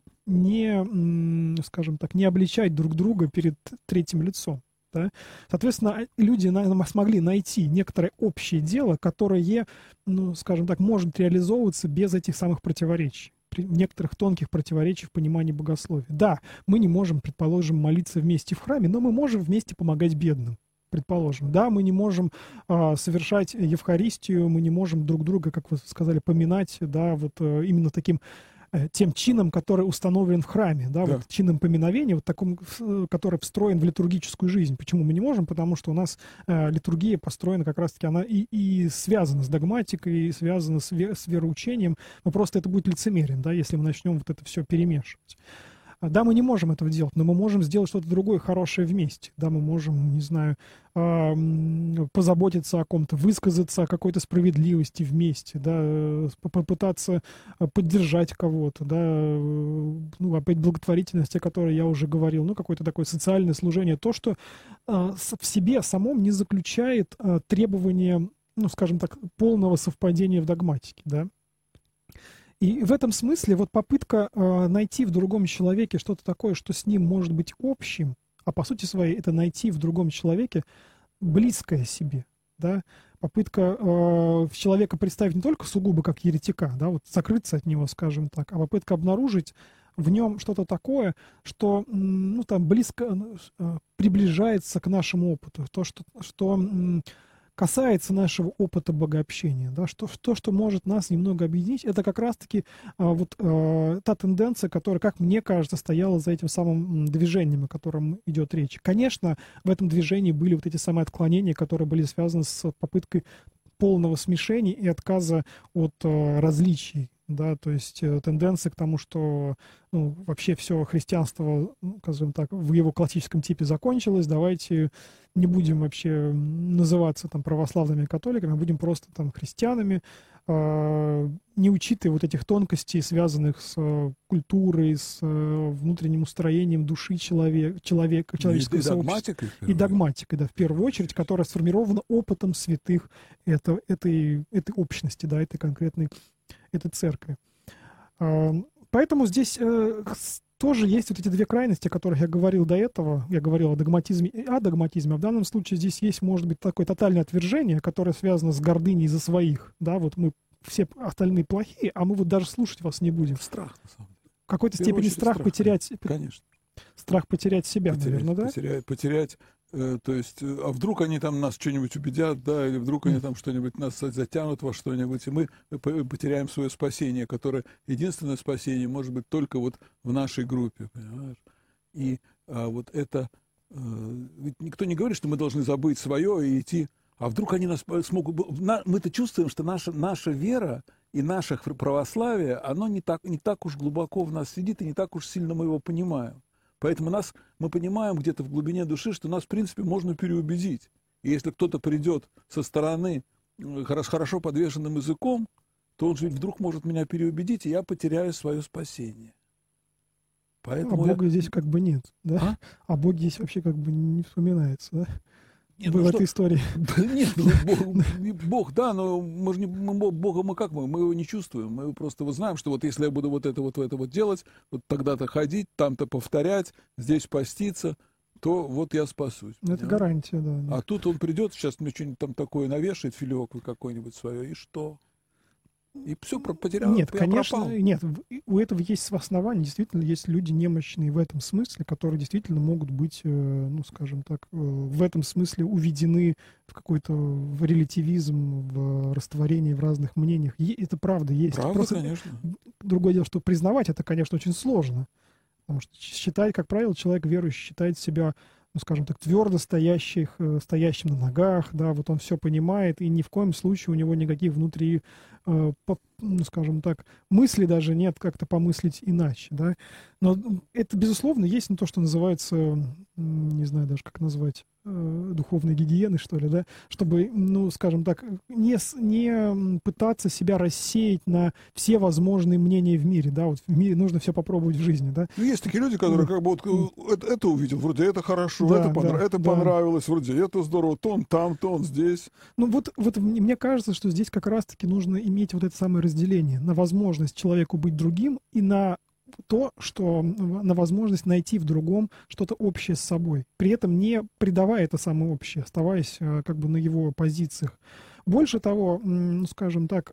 не, скажем так, не обличать друг друга перед третьим лицом. Да? Соответственно, люди смогли найти некоторое общее дело, которое, ну, скажем так, может реализовываться без этих самых противоречий, некоторых тонких противоречий в понимании богословия. Да, мы не можем, предположим, молиться вместе в храме, но мы можем вместе помогать бедным, предположим. Да, мы не можем а, совершать Евхаристию, мы не можем друг друга, как вы сказали, поминать, да, вот а, именно таким тем чином, который установлен в храме, да, да. Вот чином поминовения, вот таком, который встроен в литургическую жизнь. Почему мы не можем? Потому что у нас э, литургия построена как раз-таки, она и, и связана с догматикой, и связана с, ве, с вероучением, но просто это будет лицемерен, да, если мы начнем вот это все перемешивать. Да, мы не можем этого делать, но мы можем сделать что-то другое хорошее вместе. Да, мы можем, не знаю, позаботиться о ком-то, высказаться о какой-то справедливости вместе, да, попытаться поддержать кого-то, да, ну, опять благотворительность, о которой я уже говорил, ну, какое-то такое социальное служение, то, что в себе самом не заключает требования, ну, скажем так, полного совпадения в догматике, да. И в этом смысле вот попытка э, найти в другом человеке что-то такое, что с ним может быть общим, а по сути своей это найти в другом человеке близкое себе, да, попытка э, человека представить не только сугубо как еретика, да, вот закрыться от него, скажем так, а попытка обнаружить в нем что-то такое, что, ну, там, близко э, приближается к нашему опыту, то, что, что касается нашего опыта богообщения, да, что, то, что может нас немного объединить, это как раз-таки а, вот а, та тенденция, которая, как мне кажется, стояла за этим самым движением, о котором идет речь. Конечно, в этом движении были вот эти самые отклонения, которые были связаны с попыткой полного смешения и отказа от а, различий. Да, то есть э, тенденция к тому, что, ну, вообще все христианство, ну, скажем так, в его классическом типе закончилось, давайте не будем вообще называться там православными католиками, а будем просто там христианами, э, не учитывая вот этих тонкостей, связанных с э, культурой, с э, внутренним устроением души человека, человека человеческого и, сообщества. И догматикой, и догматикой, да, в первую очередь, которая сформирована опытом святых это, этой, этой общности, да, этой конкретной этой церкви. Поэтому здесь э, тоже есть вот эти две крайности, о которых я говорил до этого. Я говорил о догматизме и о догматизме. А в данном случае здесь есть, может быть, такое тотальное отвержение, которое связано с гордыней за своих. Да, вот мы все остальные плохие, а мы вот даже слушать вас не будем. Страх, на самом деле. В какой-то степени страх, страх потерять... Конечно. Страх потерять себя, потерять, наверное, да? Потерять, потерять э, то есть, э, а вдруг они там нас что-нибудь убедят, да, или вдруг они там что-нибудь нас затянут во что-нибудь, и мы потеряем свое спасение, которое единственное спасение может быть только вот в нашей группе, понимаешь? И а, вот это, э, ведь никто не говорит, что мы должны забыть свое и идти, а вдруг они нас смогут... На, мы-то чувствуем, что наша, наша вера и наше православие, оно не так, не так уж глубоко в нас сидит, и не так уж сильно мы его понимаем. Поэтому нас, мы понимаем где-то в глубине души, что нас, в принципе, можно переубедить. И если кто-то придет со стороны хорошо, хорошо подвешенным языком, то он же вдруг может меня переубедить, и я потеряю свое спасение. Поэтому а Бога я... здесь как бы нет, да? А? а Бог здесь вообще как бы не вспоминается, да? Нет, в ну этой что? истории. Нет, ну, Бог, Бог, да, но мы же не, мы, Бога мы как мы? Мы его не чувствуем. Мы просто вот знаем, что вот если я буду вот это вот, это вот делать, вот тогда-то ходить, там-то повторять, здесь поститься, то вот я спасусь. Это понимаешь? Гарантия, да. А тут он придет, сейчас мне что-нибудь там такое навешает, филиоквы какой-нибудь свое, и что? И все потерял, Нет, конечно, пропал. нет, у этого есть основания, действительно, есть люди немощные в этом смысле, которые действительно могут быть, ну, скажем так, в этом смысле уведены в какой-то в релятивизм, в растворение в разных мнениях. Это правда есть. Правда, Просто конечно. другое дело, что признавать это, конечно, очень сложно. Потому что считать, как правило, человек верующий считает себя, ну, скажем так, твердо стоящих, стоящим на ногах, да, вот он все понимает, и ни в коем случае у него никаких внутри, э, по, ну, скажем так, мыслей даже нет как-то помыслить иначе, да. Но это, безусловно, есть, ну, то, что называется, не знаю даже, как назвать, э, духовной гигиены, что ли, да, чтобы, ну, скажем так, не, не пытаться себя рассеять на все возможные мнения в мире, да, вот в мире нужно все попробовать в жизни, да. Ну, есть такие люди, которые как бы вот это, это увидел, вроде это хорошо, да, это, понрав... да, это да. понравилось, вроде это здорово, то он там, то он здесь. Ну вот, вот мне кажется, что здесь как раз-таки нужно иметь вот это самое разделение на возможность человеку быть другим и на то, что на возможность найти в другом что-то общее с собой, при этом не предавая это самое общее, оставаясь как бы на его позициях. Больше того, ну, скажем так,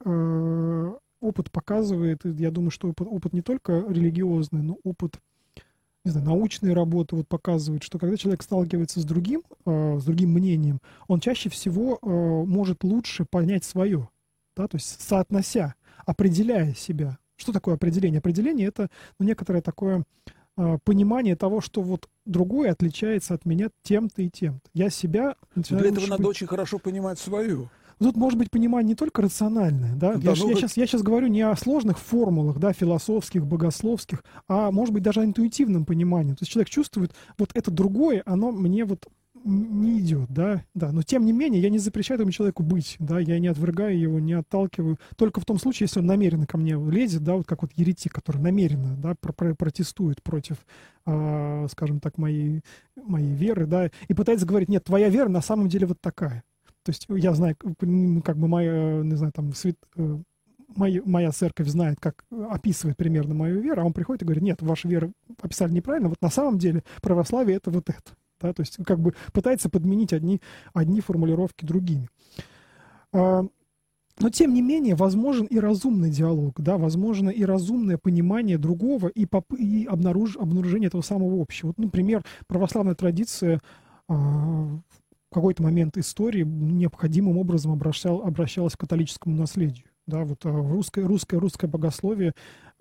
опыт показывает, я думаю, что опыт, опыт не только религиозный, но опыт, не знаю, научные работы вот показывают, что когда человек сталкивается с другим, с другим мнением, он чаще всего может лучше понять свое, да, то есть соотнося, определяя себя. Что такое определение? Определение — это, ну, некоторое такое э, понимание того, что вот другое отличается от меня тем-то и тем-то. Я себя начинаю... Для этого надо по... очень хорошо понимать свою. Тут может быть понимание не только рациональное, да? да я, ну, я, как... сейчас, я сейчас говорю не о сложных формулах, да, философских, богословских, а может быть даже о интуитивном понимании. То есть человек чувствует, вот это другое, оно мне вот не идет, да, да, но тем не менее я не запрещаю этому человеку быть, да, я не отвергаю его, не отталкиваю, только в том случае, если он намеренно ко мне лезет, да, вот как вот еретик, который намеренно, да, про про протестует против, э, скажем так, моей, моей веры, да, и пытается говорить, нет, твоя вера на самом деле вот такая. То есть я знаю, как бы моя, не знаю, там, свят, моя, моя церковь знает, как описывает примерно мою веру, а он приходит и говорит, нет, ваша вера описали неправильно, вот на самом деле православие — это вот это. Да, то есть как бы пытается подменить одни, одни формулировки другими. Но тем не менее возможен и разумный диалог, да, возможно и разумное понимание другого и, поп- и обнаруж- обнаружение этого самого общего. Вот, например, православная традиция в какой-то момент истории необходимым образом обращал, обращалась к католическому наследию. Да, вот русское, русское, русское богословие,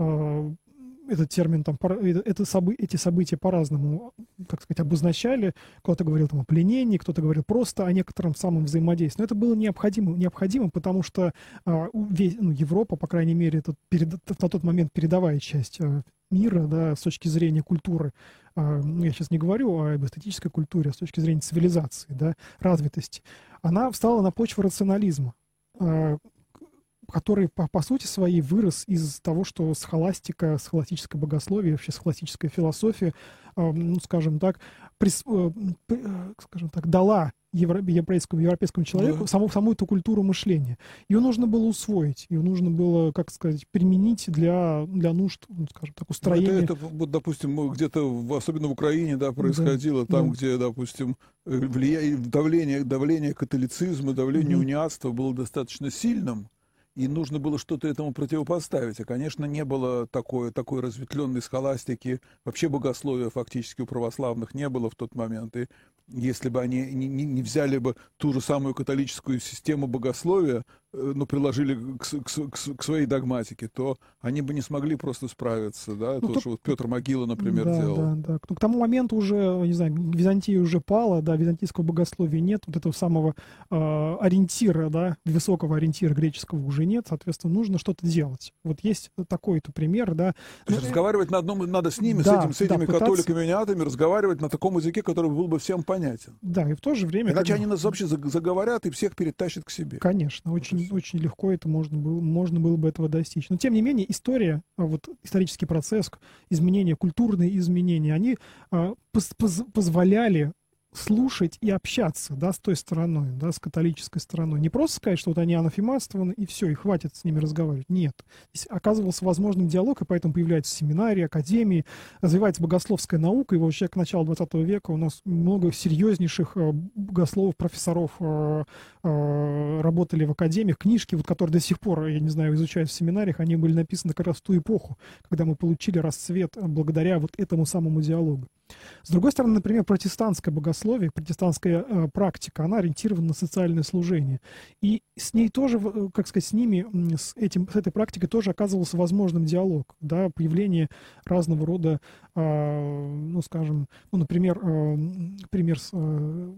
этот термин, там, это, собы, эти события по-разному, так сказать, обозначали. Кто-то говорил там о пленении, кто-то говорил просто о некотором самом взаимодействии. Но это было необходимо, необходимо потому что а, весь, ну, Европа, по крайней мере, это перед, на тот момент передовая часть а, мира, да, с точки зрения культуры. А, я сейчас не говорю об эстетической культуре, а с точки зрения цивилизации, да, развитости. Она встала на почву рационализма, а, который, по, по сути своей, вырос из того, что схоластика, схоластическое богословие, вообще схоластическая философия, э, ну, скажем так, прис, э, э, скажем так, дала евро, европейскому, европейскому человеку да. саму, саму эту культуру мышления. Ее нужно было усвоить, ее нужно было, как сказать, применить для, для нужд, ну, скажем так, устроения. Это, это вот, допустим, где-то, особенно в Украине, да, происходило, да, там, да. где, допустим, влияние, давление, давление католицизма, давление угу. униатства было достаточно сильным, и нужно было что-то этому противопоставить. А, конечно, не было такой, такой разветвленной схоластики, вообще богословия фактически у православных не было в тот момент. И если бы они не, не, не взяли бы ту же самую католическую систему богословия, но приложили к, к, к, к своей догматике, то они бы не смогли просто справиться. Да? Ну, то, то, что вот Петр Могила, например, да, делал. Да, да. Ну, к тому моменту уже, не знаю, Византия уже пала, да, византийского богословия нет, вот этого самого э, ориентира, да, высокого ориентира греческого уже нет, соответственно, нужно что-то делать. Вот есть такой-то пример, да. То есть ну, разговаривать на одном, надо с ними, да, с, этим, с этими да, католиками и униатами, разговаривать на таком языке, который был бы всем понятен. Да, и в то же время... Иначе как... они нас вообще заговорят и всех перетащат к себе. Конечно, очень, вот очень легко это можно было, можно было бы этого достичь. Но, тем не менее, история, вот исторический процесс, изменения, культурные изменения, они а, поз, поз, позволяли слушать и общаться, да, с той стороной, да, с католической стороной. Не просто сказать, что вот они анафематствованы, и все, и хватит с ними разговаривать. Нет. Здесь оказывался возможным диалог, и поэтому появляются семинарии, академии, развивается богословская наука, и вообще к началу двадцатого века у нас много серьезнейших э, богословов, профессоров э, э, работали в академиях. Книжки, вот, которые до сих пор, я не знаю, изучают в семинариях, они были написаны как раз в ту эпоху, когда мы получили расцвет благодаря вот этому самому диалогу. С другой стороны, например, протестантское богословие, протестантская э, практика, она ориентирована на социальное служение. И с ней тоже, э, как сказать, с ними, с, этим, с этой практикой тоже оказывался возможным диалог, да, появление разного рода, э, ну, скажем, ну, например, э, пример с э,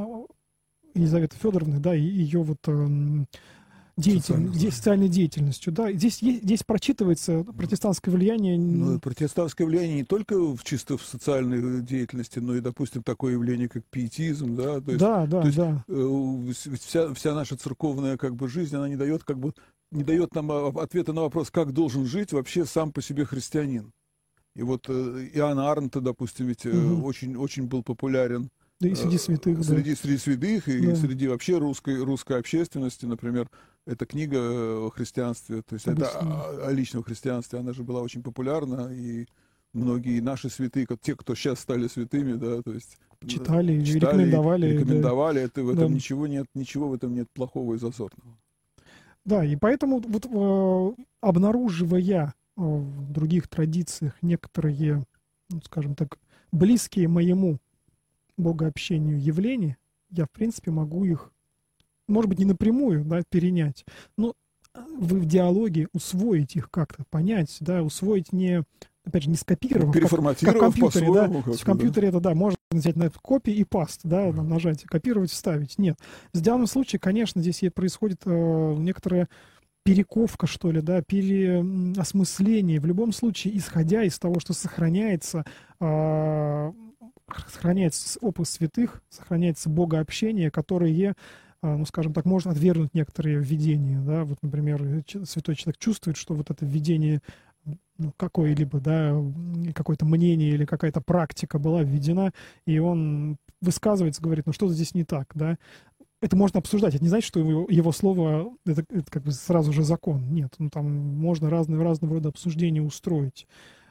Елизаветы Федоровны, да, и ее вот... Э, Деятель, де, социальной деятельностью, да, здесь, здесь прочитывается протестантское влияние. Ну, протестантское влияние не только в, чисто в социальной деятельности, но и, допустим, такое явление, как пиетизм, да, то есть, да, да, то есть, да. э, вся, вся наша церковная как бы жизнь, она не дает как бы не дает нам ответа на вопрос, как должен жить вообще сам по себе христианин. И вот э, Иоанн Арнта, допустим, ведь э, угу. очень, очень был популярен. Да, и среди святых, среди, да. среди святых и да. среди вообще русской, русской общественности, например, эта книга о христианстве, то есть это о, о личном христианстве, она же была очень популярна, и многие наши святые, те, кто сейчас стали святыми, да, то есть читали, читали рекомендовали. рекомендовали, да. Это, в этом да. ничего нет, ничего в этом нет плохого и зазорного. Да, и поэтому вот э, обнаруживая э, в других традициях некоторые, ну, скажем так, близкие моему богообщению явления, я, в принципе, могу их, может быть, не напрямую, да, перенять, но вы в диалоге усвоить их как-то, понять, да, усвоить не, опять же, не скопировав, переформатировав, как, как в компьютере, да, как в компьютере это, да, можно взять на копии и паст, да, mm-hmm. нажать, копировать, вставить. Нет. В данном случае, конечно, здесь происходит э, некоторая перековка, что ли, да, переосмысление, в любом случае, исходя из того, что сохраняется э, сохраняется опыт святых, сохраняется богообщение, которое, ну, скажем так, можно отвергнуть некоторые введения, да, вот, например, святой человек чувствует, что вот это введение, ну, какое-либо, да, какое-то мнение или какая-то практика была введена, и он высказывается, говорит, ну, что здесь не так, да. Это можно обсуждать, это не значит, что его, его слово, это, это как бы сразу же закон, нет, ну, там можно разные, разного рода обсуждения устроить.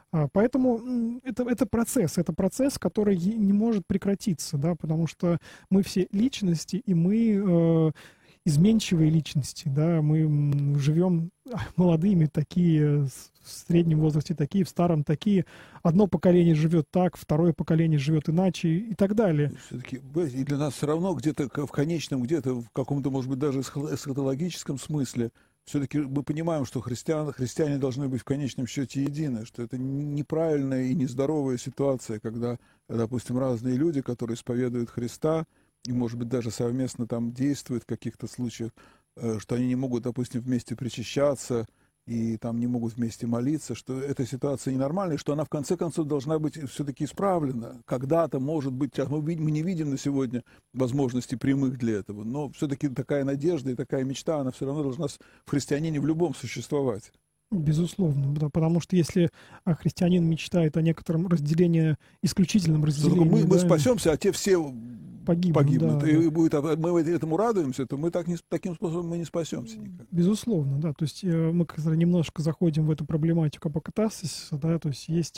Поэтому это, это процесс, это процесс, который не может прекратиться, да, потому что мы все личности, и мы э, изменчивые личности, да, мы живем молодыми такие, в среднем возрасте такие, в старом такие. Одно поколение живет так, второе поколение живет иначе и так далее. Все-таки и для нас все равно где-то в конечном, где-то в каком-то, может быть, даже эсхатологическом смысле все-таки мы понимаем, что христиан, христиане должны быть в конечном счете едины, что это неправильная и нездоровая ситуация, когда, допустим, разные люди, которые исповедуют Христа, и, может быть, даже совместно там действуют в каких-то случаях, что они не могут, допустим, вместе причащаться и там не могут вместе молиться, что эта ситуация ненормальная, что она в конце концов должна быть все-таки исправлена. Когда-то, может быть, сейчас мы, мы не видим на сегодня возможностей прямых для этого, но все-таки такая надежда и такая мечта, она все равно должна в христианине в любом существовать. Безусловно, да, потому что если христианин мечтает о некотором разделении, исключительном разделении... Мы, да, мы спасемся, а те все погибнут, погибнут да, и да. Будет, мы этому радуемся, то мы так не, таким способом мы не спасемся никак. Безусловно, да, то есть мы немножко заходим в эту проблематику апокатарсиса, да, то есть есть...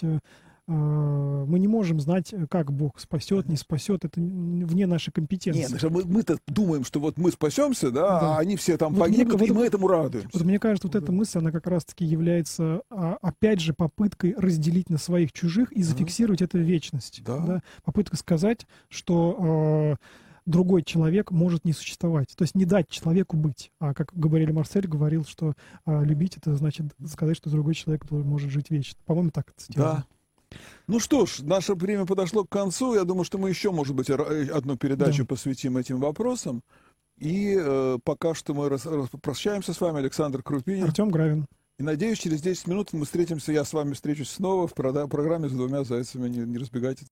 Мы не можем знать, как Бог спасет, не спасет, это вне нашей компетенции. Нет, мы, мы-то думаем, что вот мы спасемся, да, да. а они все там вот погибнут, мне, и вот, мы этому радуемся. Вот мне кажется, вот да. эта мысль, она как раз-таки является, опять же, попыткой разделить на своих чужих и зафиксировать mm. это в вечности. Да. Да? Попытка сказать, что э, другой человек может не существовать. То есть не дать человеку быть. А как Габриэль Марсель говорил, что э, любить — это значит сказать, что другой человек может жить вечно. По-моему, так это цитировано. Да. Ну что ж, наше время подошло к концу. Я думаю, что мы еще, может быть, одну передачу да. посвятим этим вопросам. И э, пока что мы рас, прощаемся с вами. Александр Крупинин. Артем Гравин. И надеюсь, через десять минут мы встретимся. Я с вами встречусь снова в программе «За двумя зайцами». Не, не разбегайтесь.